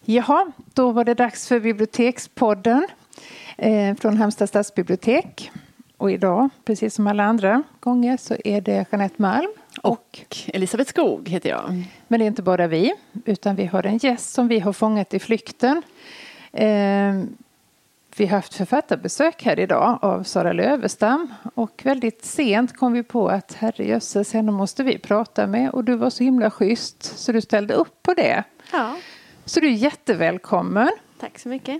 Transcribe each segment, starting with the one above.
Jaha, då var det dags för Bibliotekspodden från Halmstad stadsbibliotek. Och idag, precis som alla andra gånger, så är det Jeanette Malm och Elisabeth Skog heter jag. Men det är inte bara vi, utan vi har en gäst som vi har fångat i flykten. Vi har haft författarbesök här idag av Sara Lövestam. Och väldigt sent kom vi på att herrejösses, henne måste vi prata med. Och du var så himla schysst så du ställde upp på det. Ja. Så du är jättevälkommen. Tack så mycket.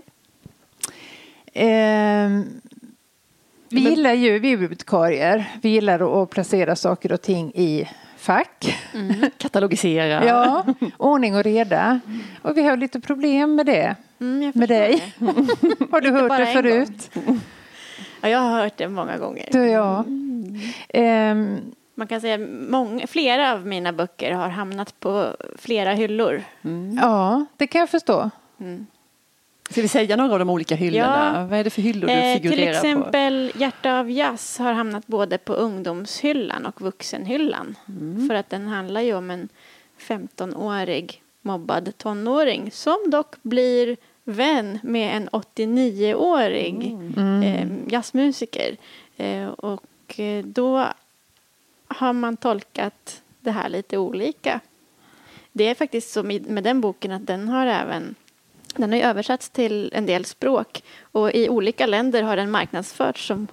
Vi gillar ju, vi är bibliotekarier. Vi gillar att placera saker och ting i fack. Katalogisera. Ja, ordning och reda. Och vi har lite problem med det. Med dig. Har du hört det förut? Ja, jag har hört det många gånger. Du, ja. Man kan säga flera av mina böcker har hamnat på flera hyllor. Ja, det kan jag förstå. Ska vi säga några av de olika hyllorna? Ja. Vad är det för hyllor du figurerar på? Till exempel Hjärta av jazz har hamnat både på ungdomshyllan och vuxenhyllan. För att den handlar ju om en 15-årig mobbad tonåring som dock blir vän med en 89-årig jazzmusiker. Och då har man tolkat det här lite olika. Det är faktiskt så med den boken att den har ju översatts till en del språk. Och i olika länder har den marknadsförts som...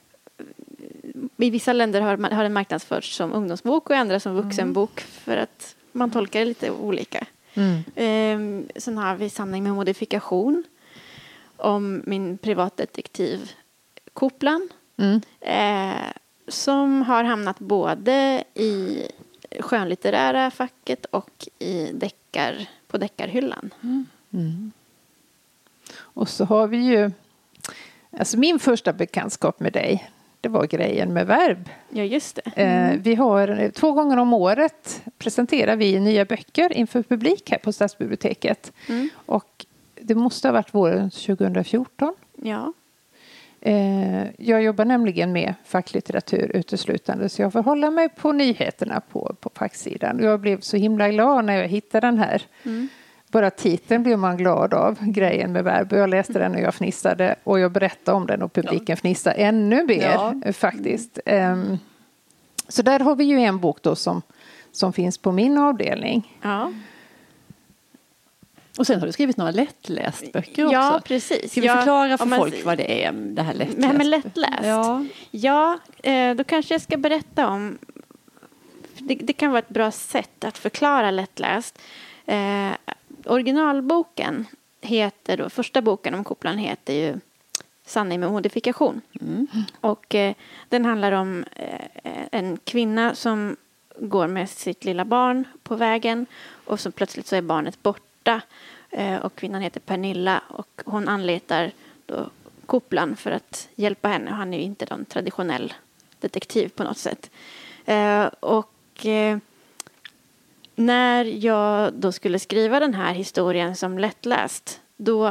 I vissa länder har den marknadsförts som ungdomsbok och i andra som vuxenbok. För att man tolkar det lite olika. Sen har vi Sanning med modifikation. Om min privatdetektiv Koplan. Som har hamnat både i skönlitterära facket och i på deckarhyllan. Och så har vi ju, alltså min första bekantskap med dig, det var Grejen med verb. Ja, just det. Vi har 2 gånger om året presenterar vi nya böcker inför publik här på Stadsbiblioteket. Och det måste ha varit våren 2014. Ja. Jag jobbar nämligen med facklitteratur uteslutande, så jag får hålla mig på nyheterna på facksidan. Jag blev så himla glad när jag hittade den här. Bara titeln blev man glad av, Grejen med verb. Jag läste den och jag fnissade och jag berättade om den och publiken fnissade ännu mer faktiskt. Så där har vi ju en bok då som finns på min avdelning. Ja. Och sen har du skrivit några lättläst böcker också. Ja, precis. Ska vi förklara för folk vad det är, det här lättläst? Det här med lättläst? Ja, då kanske jag ska berätta om... Det kan vara ett bra sätt att förklara lättläst. Originalboken heter då... Första boken om Koplan heter ju Sanning med modifikation. Och den handlar om en kvinna som går med sitt lilla barn på vägen. Och så plötsligt så är barnet borta. Och kvinnan heter Pernilla och hon anlitar då Koplan för att hjälpa henne. Han är ju inte någon traditionell detektiv på något sätt. När jag då skulle skriva den här historien som lättläst, då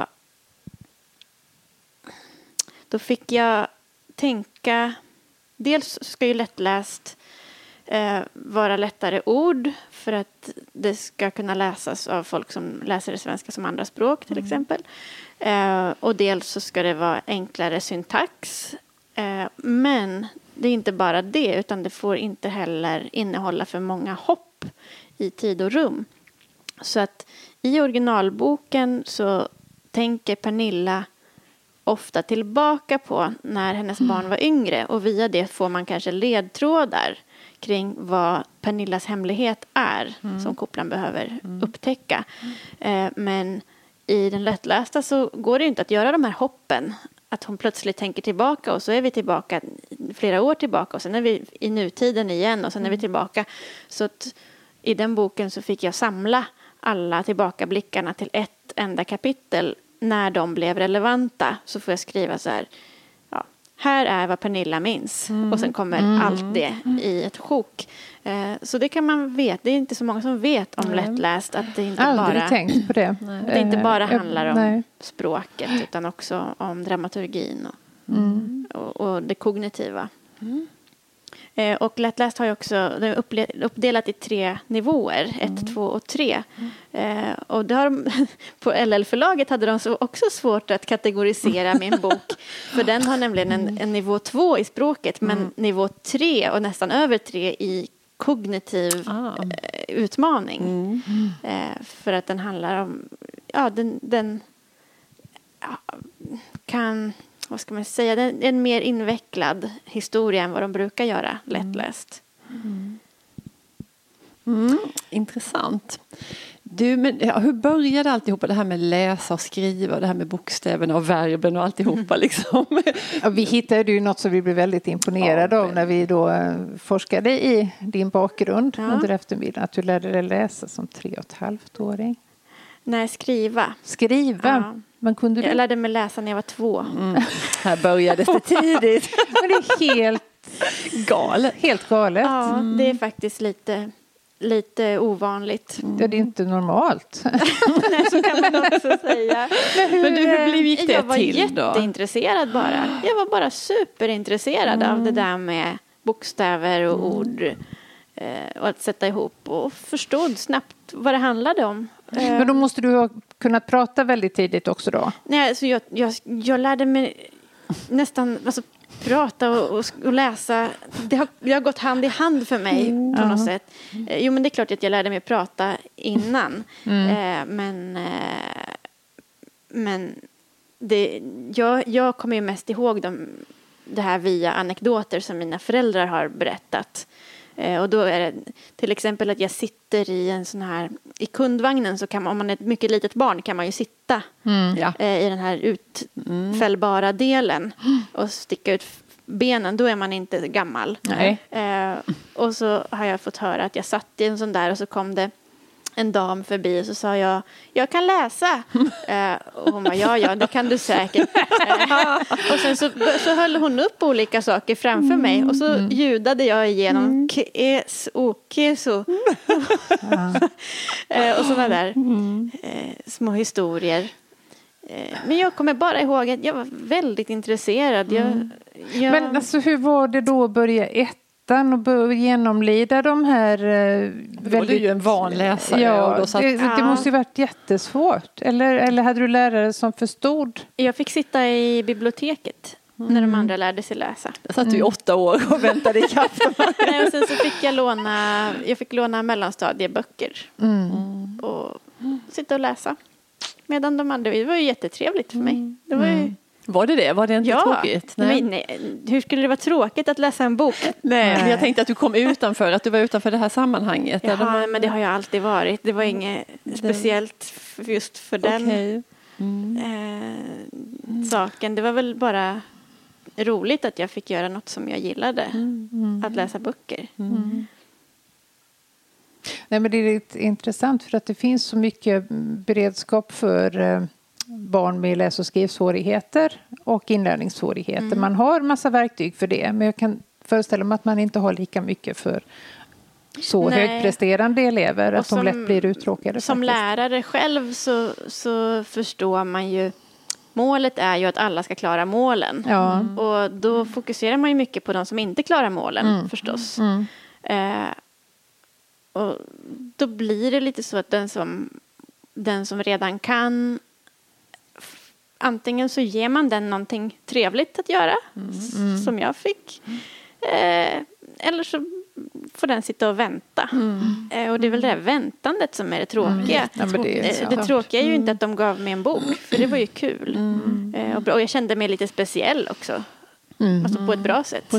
fick jag tänka, dels ska ju lättläst vara lättare ord för att det ska kunna läsas av folk som läser det svenska som andra språk till exempel. Och dels så ska det vara enklare syntax. Men det är inte bara det, utan det får inte heller innehålla för många hopp i tid och rum. Så att i originalboken så tänker Pernilla ofta tillbaka på när hennes barn var yngre. Och via det får man kanske ledtrådar kring vad Pernillas hemlighet är som Koplan behöver upptäcka. Men i den lättlästa så går det inte att göra de här hoppen. Att hon plötsligt tänker tillbaka och så är vi tillbaka flera år tillbaka och sen är vi i nutiden igen och sen är vi tillbaka. Så att i den boken så fick jag samla alla tillbakablickarna till ett enda kapitel. När de blev relevanta så får jag skriva så här. Ja, här är vad Pernilla minns. Och sen kommer allt det i ett sjok. Så det kan man veta. Det är inte så många som vet om lättläst. Att det inte aldrig tänkt på det. Att det inte bara handlar om språket utan också om dramaturgin och det kognitiva. Och lättläst har ju också uppdelat i 3 nivåer, 1, 2 och 3. Och det har på LL-förlaget hade de också svårt att kategorisera min bok. För den har nämligen en nivå 2 i språket, men nivå 3 och nästan över 3 i kognitiv utmaning. För att den handlar om, den kan, vad ska man säga, det är en mer invecklad historia än vad de brukar göra, lättläst. Intressant. Hur började alltihopa det här med läsa och skriva, det här med bokstäverna och verben och alltihopa liksom? Ja, vi hittade ju något som vi blev väldigt imponerade av när vi då forskade i din bakgrund under eftermiddagen, att du lärde dig läsa som 3,5-åring. Nej, skriva. Ja. Men kunde du? Jag lärde mig läsa när jag var 2. Här började det tidigt. Men det är helt galet. Helt galet. Ja, det är faktiskt lite ovanligt. Det är inte normalt. Nej, så kan man också säga. Men hur gick det till då? Jag var jätteintresserad bara. Jag var bara superintresserad av det där med bokstäver och ord. Och att sätta ihop. Och förstod snabbt vad det handlade om. Men då måste du ha kunnat prata väldigt tidigt också då? Nej, så jag lärde mig nästan prata och läsa. Det har gått hand i hand för mig på något sätt. Jo, men det är klart att jag lärde mig prata innan. Men jag kommer ju mest ihåg det här via anekdoter som mina föräldrar har berättat. Och då är det till exempel att jag sitter i en sån här, i kundvagnen så kan man, om man är ett mycket litet barn kan man ju sitta i den här utfällbara delen och sticka ut benen, då är man inte gammal. Nej. Och så har jag fått höra att jag satt i en sån där och så kom det en dam förbi och så sa jag kan läsa. Och hon bara, ja, det kan du säkert. Och sen så höll hon upp olika saker framför mig och så ljudade jag igenom keso. Och sådana där små historier. Men jag kommer bara ihåg att jag var väldigt intresserad. Men alltså, hur var det då att börja och genomlida de här väldigt... Du är ju en vanläsare. Ja, det måste ju varit jättesvårt. Eller hade du lärare som förstod? Jag fick sitta i biblioteket när de andra lärde sig läsa. Jag satt i 8 år och väntade i kaff. Och sen så fick jag låna mellanstadieböcker. Och sitta och läsa. Medan de andra, det var ju jättetrevligt för mig. Det var ju... Var det? Var det inte tråkigt? Nej. Hur skulle det vara tråkigt att läsa en bok? Nej. Jag tänkte att du kom utanför, att du var utanför det här sammanhanget. Ja, men det har jag alltid varit. Det var inget speciellt just för den saken. Det var väl bara roligt att jag fick göra något som jag gillade. Att läsa böcker. Nej, men det är lite intressant för att det finns så mycket beredskap för barn med läs- och skrivsvårigheter och inlärningssvårigheter. Man har massa verktyg för det, men jag kan föreställa mig att man inte har lika mycket för så högpresterande elever, att de lätt blir uttråkade. Som lärare själv så förstår man ju, målet är ju att alla ska klara målen. Ja. Och då fokuserar man ju mycket på de som inte klarar målen förstås. Och då blir det lite så att den som redan kan, antingen så ger man den någonting trevligt att göra, som jag fick, eller så får den sitta och vänta. Och det är väl det här väntandet som är det tråkiga. Det tråkiga är ju inte att de gav mig en bok, för det var ju kul. Och jag kände mig lite speciell också. Alltså på ett bra sätt.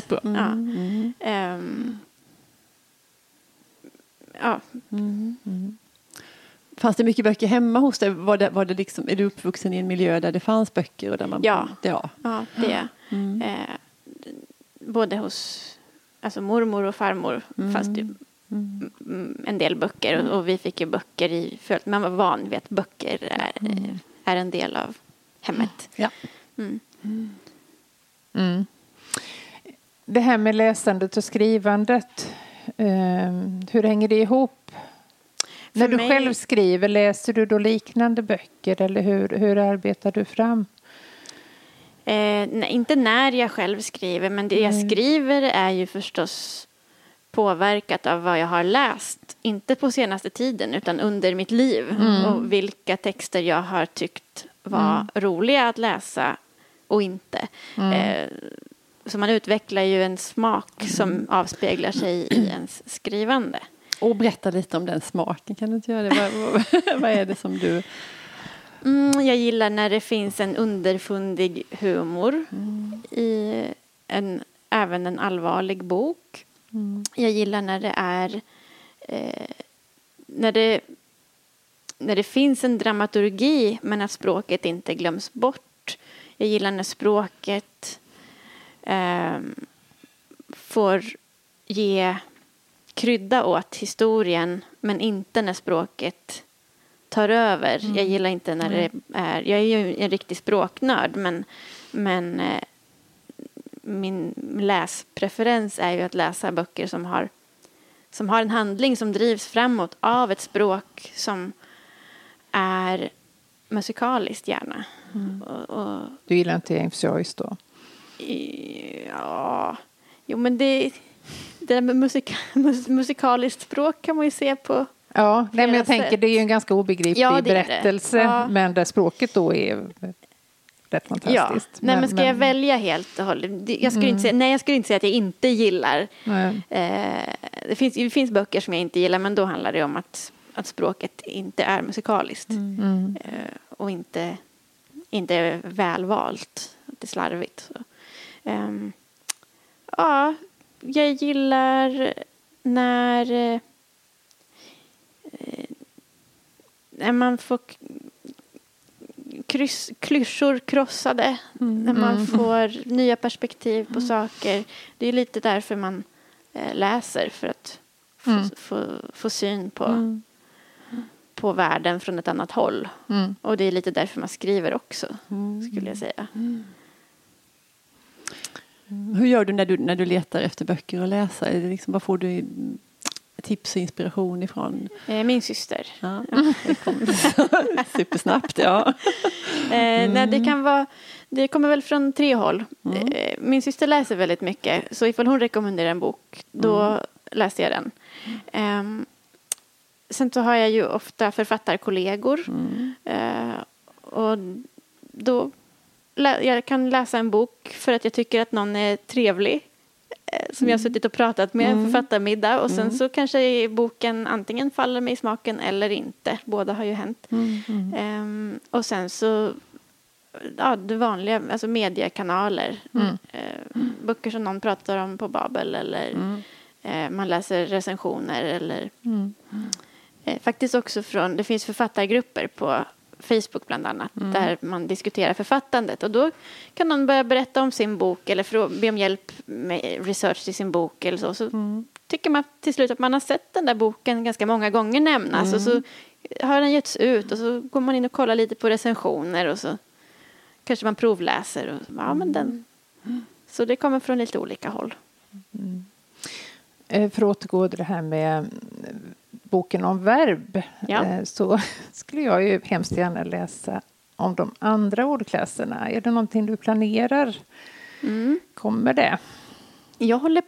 Fanns det mycket böcker hemma hos dig? Var det liksom, är du uppvuxen i en miljö där det fanns böcker? Och där man, ja, det är. Både hos mormor och farmor fanns det en del böcker. Och vi fick ju böcker för att man var van vid att böcker är en del av hemmet. Ja. Det här med läsandet och skrivandet, hur hänger det ihop? När du själv skriver, läser du då liknande böcker eller hur arbetar du fram? Nej, inte när jag själv skriver, men det jag skriver är ju förstås påverkat av vad jag har läst. Inte på senaste tiden utan under mitt liv. Och vilka texter jag har tyckt var roliga att läsa och inte. Så man utvecklar ju en smak som avspeglar sig i ens skrivande. Och berätta lite om den smaken, kan du inte göra det? Vad är det som du... Jag gillar när det finns en underfundig humor i även en allvarlig bok. Jag gillar när det är när det finns en dramaturgi men att språket inte glöms bort. Jag gillar när språket får ge krydda åt historien men inte när språket tar över. Jag gillar inte när det är... Jag är ju en riktig språknörd men min läspreferens är ju att läsa böcker som har en handling som drivs framåt av ett språk som är musikaliskt gärna. Och du gillar inte James Joyce då? Ja, jo men det där med musikaliskt språk kan man ju se på. Ja, nej, men jag tänker det är ju en ganska obegriplig berättelse, ja. Men där språket då är rätt fantastiskt. Ja. Nej, men ska jag välja helt och hållet? Jag skulle inte säga att jag inte gillar. Det finns böcker som jag inte gillar, men då handlar det om att språket inte är musikaliskt. Och inte är välvalt. Det är slarvigt. Så. Ja, jag gillar när man får klyschor krossade. När man får nya perspektiv på saker. Det är lite därför man läser. För att få syn på världen från ett annat håll. Och det är lite därför man skriver också. Skulle jag säga. Hur gör du när du letar efter böcker att läsa? Är det liksom, vad får du tips och inspiration ifrån? Min syster. Ja. Det kommer supersnabbt, ja. Nej, det kommer väl från 3 håll. Min syster läser väldigt mycket. Så ifall hon rekommenderar en bok, då läser jag den. Sen så har jag ju ofta författarkollegor. Och då jag kan läsa en bok för att jag tycker att någon är trevlig. Som jag har suttit och pratat med författarmiddag. Och sen så kanske boken antingen faller mig i smaken eller inte. Båda har ju hänt. Och sen så det vanliga, alltså mediekanaler. Böcker som någon pratar om på Babel. Eller man läser recensioner. Eller faktiskt också det finns författargrupper på Facebook bland annat, där man diskuterar författandet. Och då kan någon börja berätta om sin bok eller be om hjälp med research till sin bok eller så tycker man till slut att man har sett den där boken ganska många gånger nämnas och så har den getts ut och så går man in och kollar lite på recensioner och så kanske man provläser och så det kommer från lite olika håll. För att återgå till det här med boken om verb, så skulle jag ju hemskt gärna läsa om de andra ordklasserna. Är det någonting du planerar? Kommer det? Jag håller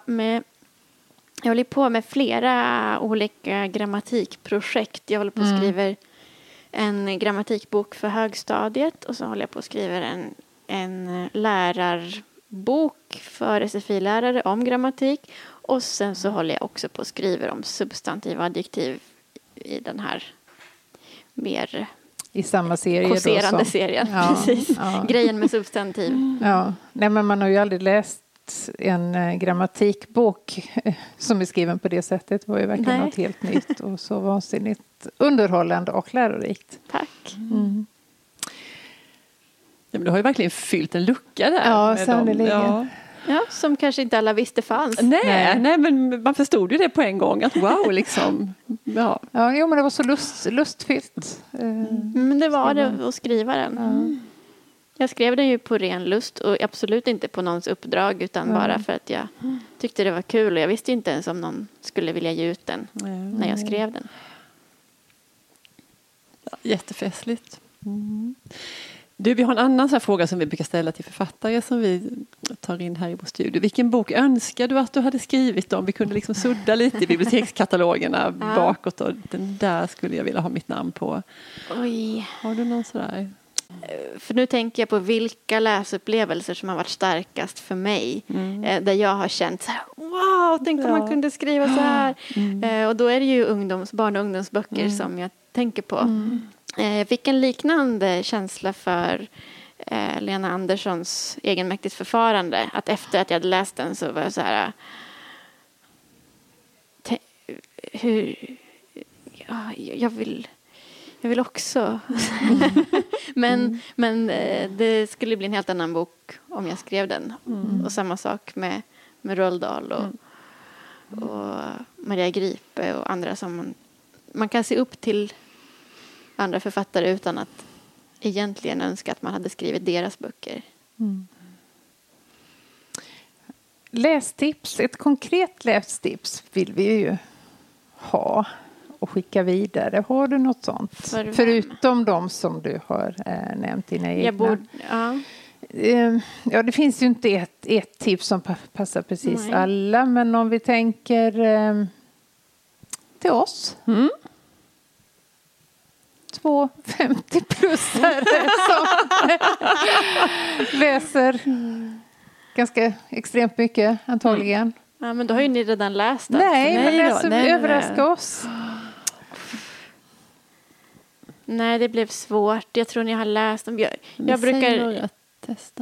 på med flera olika grammatikprojekt. Jag håller på att skriva en grammatikbok för högstadiet och så håller jag på att skriva en lärarbok för SFI-lärare om grammatik. Och sen så håller jag också på att skriva om substantiv och adjektiv i den här mer i samma serie kåserande serien. Ja, precis. Ja. Grejen med substantiv. Ja. Nej, men man har ju aldrig läst en grammatikbok som är skriven på det sättet. Det var ju verkligen något helt nytt och så vansinnigt underhållande och lärorikt. Tack. Ja, men du har ju verkligen fyllt en lucka där. Ja, sannolikt. Ja, som kanske inte alla visste fanns. Nej, men man förstod ju det på en gång. Att wow, liksom. Ja, men det var så lustfyllt. Men det var det att skriva den. Jag skrev den ju på ren lust och absolut inte på någons uppdrag utan bara för att jag tyckte det var kul. Och jag visste inte ens om någon skulle vilja ge ut den när jag skrev den. Ja, jättefestligt. Du, vi har en annan så här fråga som vi brukar ställa till författare som vi tar in här i vår studio. Vilken bok önskar du att du hade skrivit om? Vi kunde liksom sudda lite i bibliotekskatalogerna bakåt och den där skulle jag vilja ha mitt namn på. Oj. Har du någon sådär? För nu tänker jag på vilka läsupplevelser som har varit starkast för mig. Där jag har känt så här, wow, tänk om man kunde skriva så här. Och då är det ju barn- och ungdomsböcker som jag tänker på. Jag fick en liknande känsla för Lena Anderssons egenmäktigt förfarande. Att efter att jag hade läst den så var jag så här... Jag vill också. men det skulle bli en helt annan bok om jag skrev den. Och samma sak med Roald Dahl och Maria Gripe och andra som man kan se upp till andra författare utan att egentligen önska att man hade skrivit deras böcker. Lästips, ett konkret lästips vill vi ju ha och skicka vidare. Har du något sånt? Förutom de som du har nämnt, dina egna. Ja, det finns ju inte ett tips som passar precis alla, men om vi tänker till oss. 2 50-plussare som läser ganska extremt mycket antagligen. Ja, men då har ju ni redan läst det. Nej, överraska oss. Nej, det blev svårt. Jag tror ni har läst dem. Jag brukar testa.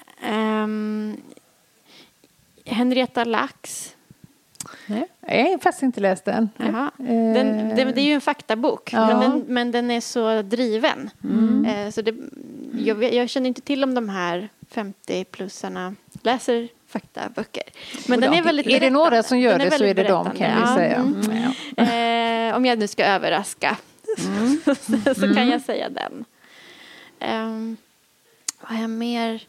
Henrietta Lacks. Nej, jag har faktiskt inte läst den. Det är ju en faktabok. Ja. Men den är så driven. Så jag känner inte till om de här 50-plussarna läser faktaböcker. Men den är väldigt är det några som gör det så är det de, kan vi säga. Om jag nu ska överraska så kan jag säga den. Vad är jag mer?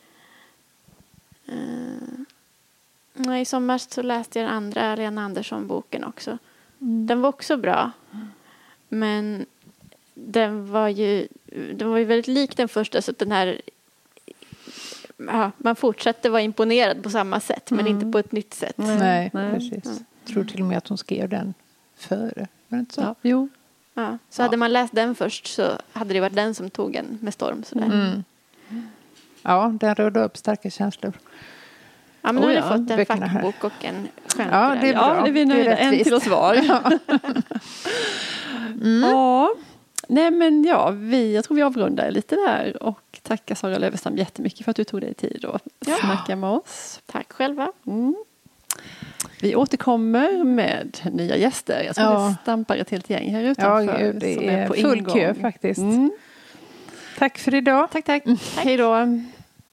I sommar så läste jag den andra Lena Andersson-boken också. Den var också bra. Men den var ju väldigt lik den första, så att den här man fortsatte vara imponerad på samma sätt, men inte på ett nytt sätt. Nej. Precis. Jag tror till och med att hon skrev den före. Var det inte så? Ja. Jo. Ja, så hade man läst den först så hade det varit den som tog en med storm. Sådär. Ja, den rörde upp starka känslor. Ja, men nu har vi fått en fackbok och en skönlitterär. Ja, det är bra. Ja, vi är nöjda. En till oss var. Ja. Nej, men jag tror vi avrundar lite där och tackar Sara Lövestam jättemycket för att du tog dig tid och snacka med oss. Tack själva. Vi återkommer med nya gäster. Jag tror det stampar ett helt gäng här utanför. Ja, det är full kö faktiskt. Tack för idag. Tack. Hej då.